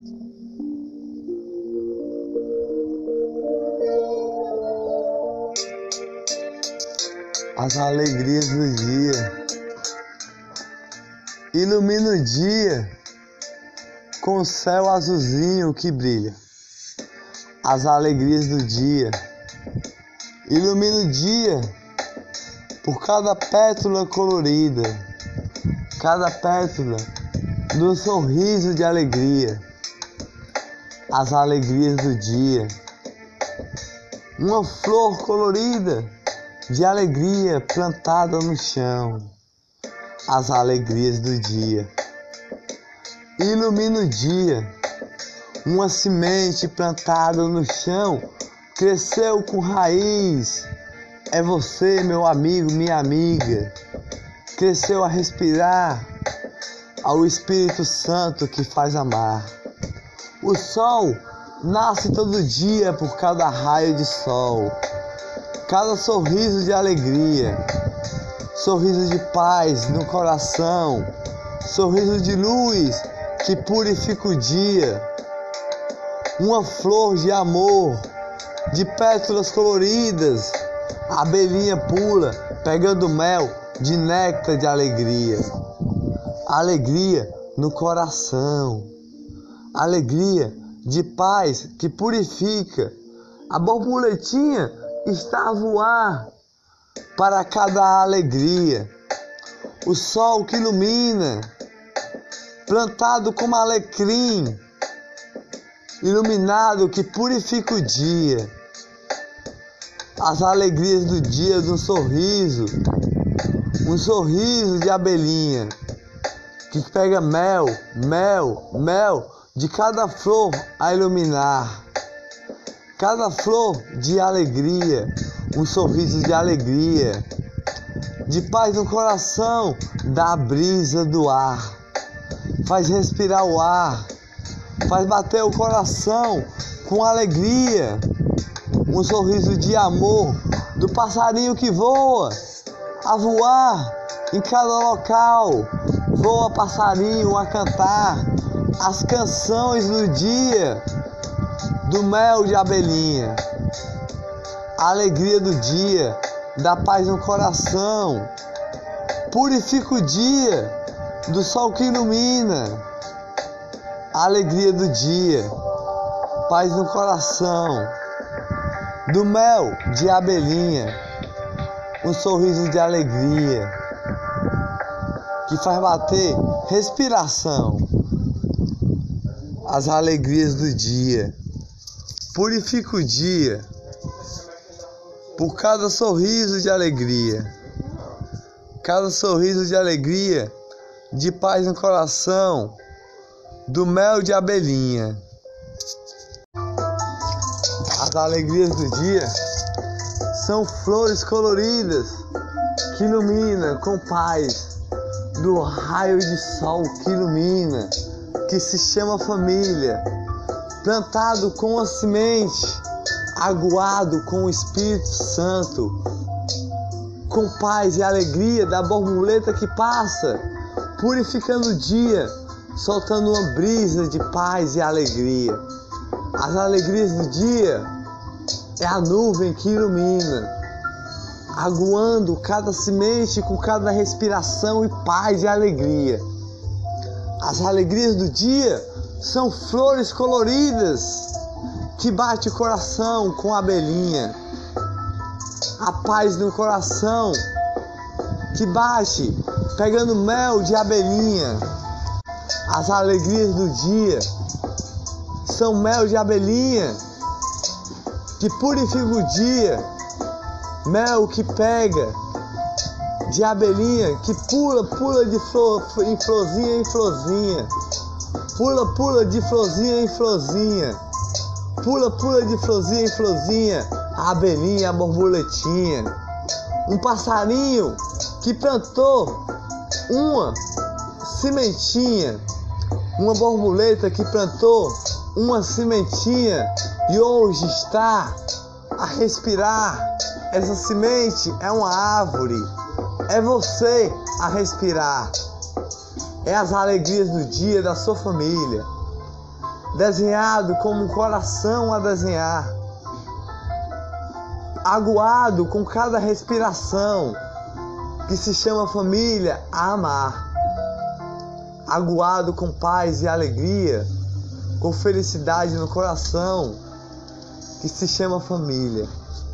As alegrias do dia. Ilumina o dia com o céu azulzinho que brilha. As alegrias do dia. Ilumina o dia por cada pétala colorida, cada pétala do sorriso de alegria. As alegrias do dia. Uma flor colorida de alegria plantada no chão. As alegrias do dia. Ilumina o dia. Uma semente plantada no chão cresceu com raiz. É você, meu amigo, minha amiga. Cresceu a respirar ao Espírito Santo que faz amar. O sol nasce todo dia por cada raio de sol. Cada sorriso de alegria, sorriso de paz no coração, sorriso de luz que purifica o dia. Uma flor de amor, de pétalas coloridas, a abelhinha pula pegando mel de néctar de alegria. Alegria no coração, alegria de paz que purifica. A borboletinha está a voar para cada alegria. O sol que ilumina, plantado como alecrim, iluminado que purifica o dia. As alegrias do dia de um sorriso de abelhinha que pega mel de cada flor a iluminar. Cada flor de alegria, um sorriso de alegria, de paz no coração, da brisa do ar. Faz respirar o ar, faz bater o coração com alegria. Um sorriso de amor do passarinho que voa, a voar em cada local. Voa passarinho a cantar as canções do dia. Do mel de abelhinha, a alegria do dia, da paz no coração, purifica o dia, do sol que ilumina, a alegria do dia, paz no coração, do mel de abelhinha, um sorriso de alegria, que faz bater respiração, as alegrias do dia. Purifica o dia por cada sorriso de alegria, cada sorriso de alegria, de paz no coração, do mel de abelhinha. As alegrias do dia são flores coloridas que iluminam com paz, do raio de sol que ilumina, que se chama família. Plantado com a semente, aguado com o Espírito Santo, com paz e alegria da borboleta que passa, purificando o dia, soltando uma brisa de paz e alegria. As alegrias do dia é a nuvem que ilumina, aguando cada semente com cada respiração e paz e alegria. As alegrias do dia são flores coloridas que bate o coração com a abelhinha. A paz no coração que bate pegando mel de abelhinha. As alegrias do dia são mel de abelhinha que purifica o dia. Mel que pega de abelhinha que pula de flor em florzinha em florzinha. Pula de florzinha em florzinha. Pula de florzinha em florzinha. A abelhinha, a borboletinha. Um passarinho que plantou uma sementinha. Uma borboleta que plantou uma sementinha e hoje está a respirar. Essa semente é uma árvore. É você a respirar. É as alegrias do dia da sua família. desenhado como um coração a desenhar, aguado com cada respiração, que se chama família a amar, aguado com paz e alegria, com felicidade no coração, que se chama família.